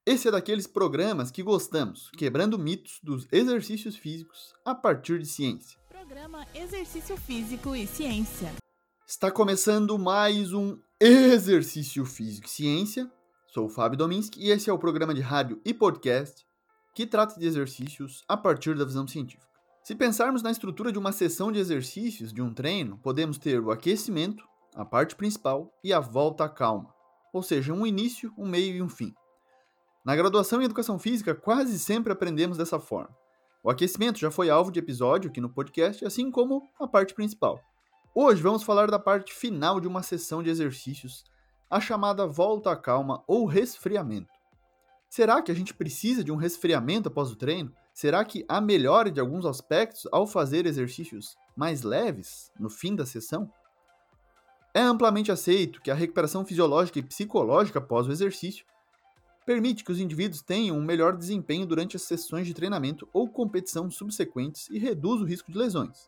Esse é daqueles programas que gostamos, quebrando mitos dos exercícios físicos a partir de ciência. Programa Exercício Físico e Ciência. Está começando mais um Exercício Físico e Ciência. Sou o Fábio Dominski e esse é o programa de rádio e podcast que trata de exercícios a partir da visão científica. Se pensarmos na estrutura de uma sessão de exercícios de um treino, podemos ter o aquecimento, a parte principal e a volta à calma, ou seja, um início, um meio e um fim. Na graduação em Educação Física, quase sempre aprendemos dessa forma. O aquecimento já foi alvo de episódio aqui no podcast, assim como a parte principal. Hoje vamos falar da parte final de uma sessão de exercícios, a chamada volta à calma ou resfriamento. Será que a gente precisa de um resfriamento após o treino? Será que há melhora de alguns aspectos ao fazer exercícios mais leves no fim da sessão? É amplamente aceito que a recuperação fisiológica e psicológica após o exercício permite que os indivíduos tenham um melhor desempenho durante as sessões de treinamento ou competição subsequentes e reduz o risco de lesões.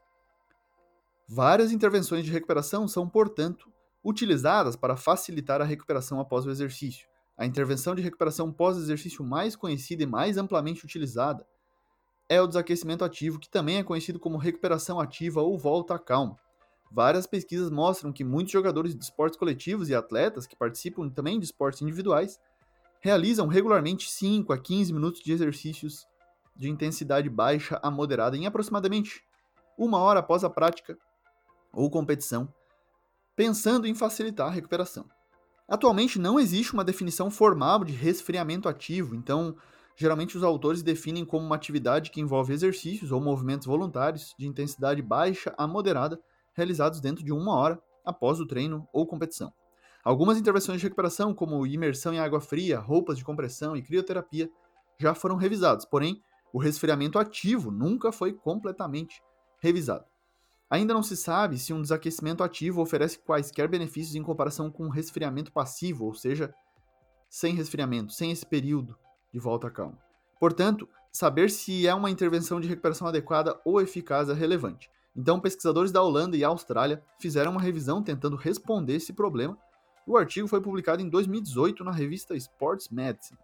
Várias intervenções de recuperação são, portanto, utilizadas para facilitar a recuperação após o exercício. A intervenção de recuperação pós-exercício mais conhecida e mais amplamente utilizada é o desaquecimento ativo, que também é conhecido como recuperação ativa ou volta à calma. Várias pesquisas mostram que muitos jogadores de esportes coletivos e atletas que participam também de esportes individuais realizam regularmente 5 a 15 minutos de exercícios de intensidade baixa a moderada em aproximadamente 1 hora após a prática ou competição, pensando em facilitar a recuperação. Atualmente não existe uma definição formal de resfriamento ativo, então geralmente os autores definem como uma atividade que envolve exercícios ou movimentos voluntários de intensidade baixa a moderada realizados dentro de 1 hora após o treino ou competição. Algumas intervenções de recuperação, como imersão em água fria, roupas de compressão e crioterapia, já foram revisados, porém, o resfriamento ativo nunca foi completamente revisado. Ainda não se sabe se um desaquecimento ativo oferece quaisquer benefícios em comparação com um resfriamento passivo, ou seja, sem resfriamento, sem esse período de volta à calma. Portanto, saber se é uma intervenção de recuperação adequada ou eficaz é relevante. Então, pesquisadores da Holanda e Austrália fizeram uma revisão tentando responder esse problema. O artigo foi publicado em 2018 na revista Sports Medicine.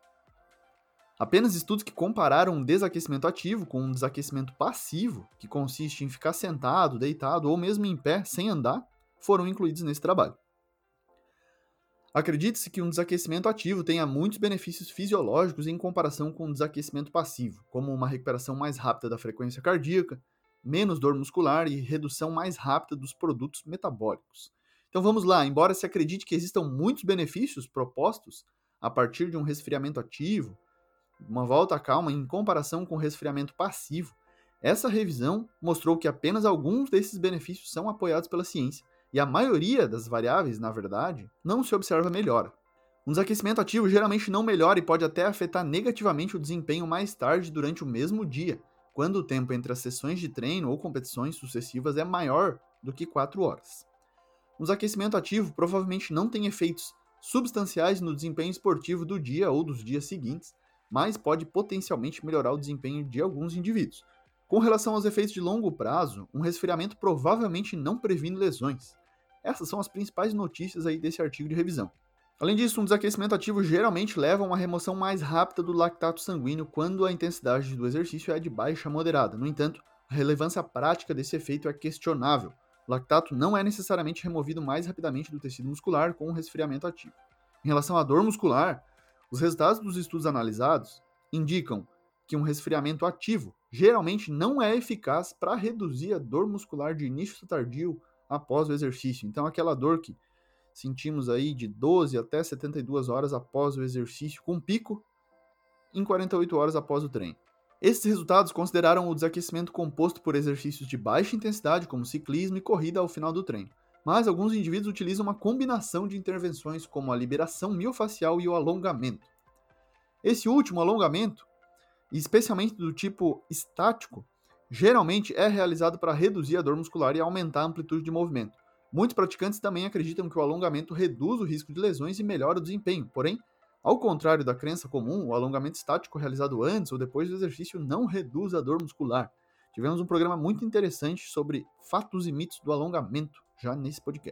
Apenas estudos que compararam um desaquecimento ativo com um desaquecimento passivo, que consiste em ficar sentado, deitado ou mesmo em pé, sem andar, foram incluídos nesse trabalho. Acredite-se que um desaquecimento ativo tenha muitos benefícios fisiológicos em comparação com um desaquecimento passivo, como uma recuperação mais rápida da frequência cardíaca, menos dor muscular e redução mais rápida dos produtos metabólicos. Então vamos lá, embora se acredite que existam muitos benefícios propostos a partir de um resfriamento ativo, uma volta à calma em comparação com o resfriamento passivo, essa revisão mostrou que apenas alguns desses benefícios são apoiados pela ciência, e a maioria das variáveis, na verdade, não se observa melhora. Um desaquecimento ativo geralmente não melhora e pode até afetar negativamente o desempenho mais tarde durante o mesmo dia, quando o tempo entre as sessões de treino ou competições sucessivas é maior do que 4 horas. Um desaquecimento ativo provavelmente não tem efeitos substanciais no desempenho esportivo do dia ou dos dias seguintes, mas pode potencialmente melhorar o desempenho de alguns indivíduos. Com relação aos efeitos de longo prazo, um resfriamento provavelmente não previne lesões. Essas são as principais notícias aí desse artigo de revisão. Além disso, um desaquecimento ativo geralmente leva a uma remoção mais rápida do lactato sanguíneo quando a intensidade do exercício é de baixa a moderada. No entanto, a relevância prática desse efeito é questionável. O lactato não é necessariamente removido mais rapidamente do tecido muscular com um resfriamento ativo. Em relação à dor muscular, os resultados dos estudos analisados indicam que um resfriamento ativo geralmente não é eficaz para reduzir a dor muscular de início tardio após o exercício. Então, aquela dor que sentimos aí de 12 até 72 horas após o exercício, com pico em 48 horas após o treino. Esses resultados consideraram o desaquecimento composto por exercícios de baixa intensidade, como ciclismo e corrida ao final do treino. Mas alguns indivíduos utilizam uma combinação de intervenções, como a liberação miofascial e o alongamento. Esse último alongamento, especialmente do tipo estático, geralmente é realizado para reduzir a dor muscular e aumentar a amplitude de movimento. Muitos praticantes também acreditam que o alongamento reduz o risco de lesões e melhora o desempenho, porém, ao contrário da crença comum, o alongamento estático realizado antes ou depois do exercício não reduz a dor muscular. Tivemos um programa muito interessante sobre fatos e mitos do alongamento já nesse podcast.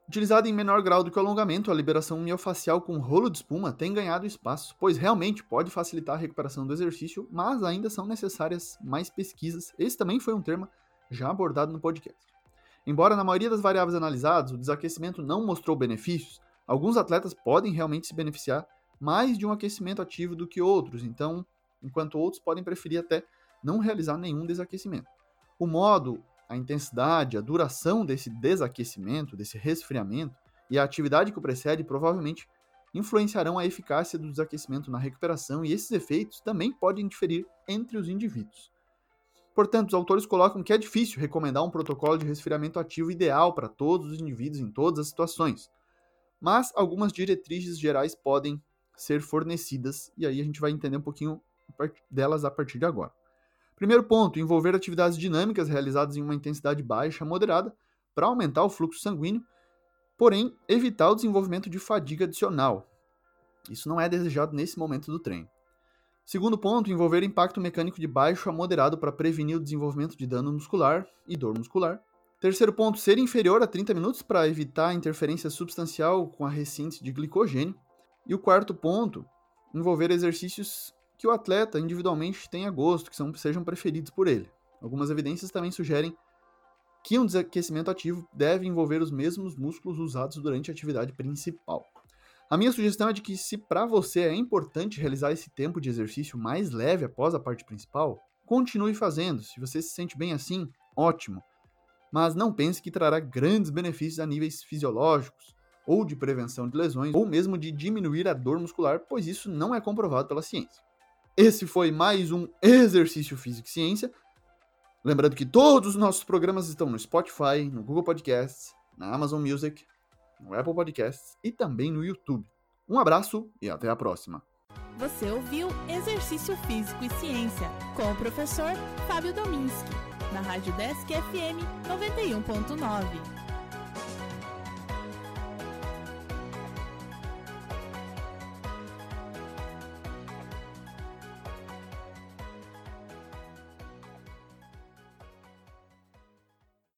Utilizada em menor grau do que o alongamento, a liberação miofascial com rolo de espuma tem ganhado espaço, pois realmente pode facilitar a recuperação do exercício, mas ainda são necessárias mais pesquisas. Esse também foi um tema já abordado no podcast. Embora na maioria das variáveis analisadas o desaquecimento não mostrou benefícios, alguns atletas podem realmente se beneficiar mais de um aquecimento ativo do que outros, então, enquanto outros podem preferir até não realizar nenhum desaquecimento. O modo, a intensidade, a duração desse desaquecimento, desse resfriamento e a atividade que o precede provavelmente influenciarão a eficácia do desaquecimento na recuperação e esses efeitos também podem diferir entre os indivíduos. Portanto, os autores colocam que é difícil recomendar um protocolo de resfriamento ativo ideal para todos os indivíduos em todas as situações, mas algumas diretrizes gerais podem ser fornecidas e aí a gente vai entender um pouquinho delas a partir de agora. Primeiro ponto, envolver atividades dinâmicas realizadas em uma intensidade baixa a moderada para aumentar o fluxo sanguíneo, porém evitar o desenvolvimento de fadiga adicional. Isso não é desejado nesse momento do treino. Segundo ponto, envolver impacto mecânico de baixo a moderado para prevenir o desenvolvimento de dano muscular e dor muscular. Terceiro ponto, ser inferior a 30 minutos para evitar interferência substancial com a ressíntese de glicogênio. E o quarto ponto, envolver exercícios que o atleta individualmente tenha gosto, que sejam preferidos por ele. Algumas evidências também sugerem que um desaquecimento ativo deve envolver os mesmos músculos usados durante a atividade principal. A minha sugestão é de que se para você é importante realizar esse tempo de exercício mais leve após a parte principal, continue fazendo. Se você se sente bem assim, ótimo. Mas não pense que trará grandes benefícios a níveis fisiológicos, ou de prevenção de lesões, ou mesmo de diminuir a dor muscular, pois isso não é comprovado pela ciência. Esse foi mais um Exercício Físico e Ciência. Lembrando que todos os nossos programas estão no Spotify, no Google Podcasts, na Amazon Music, no Apple Podcasts e também no YouTube. Um abraço e até a próxima. Você ouviu Exercício Físico e Ciência com o professor Fábio Dominski, na Rádio Desk FM 91.9.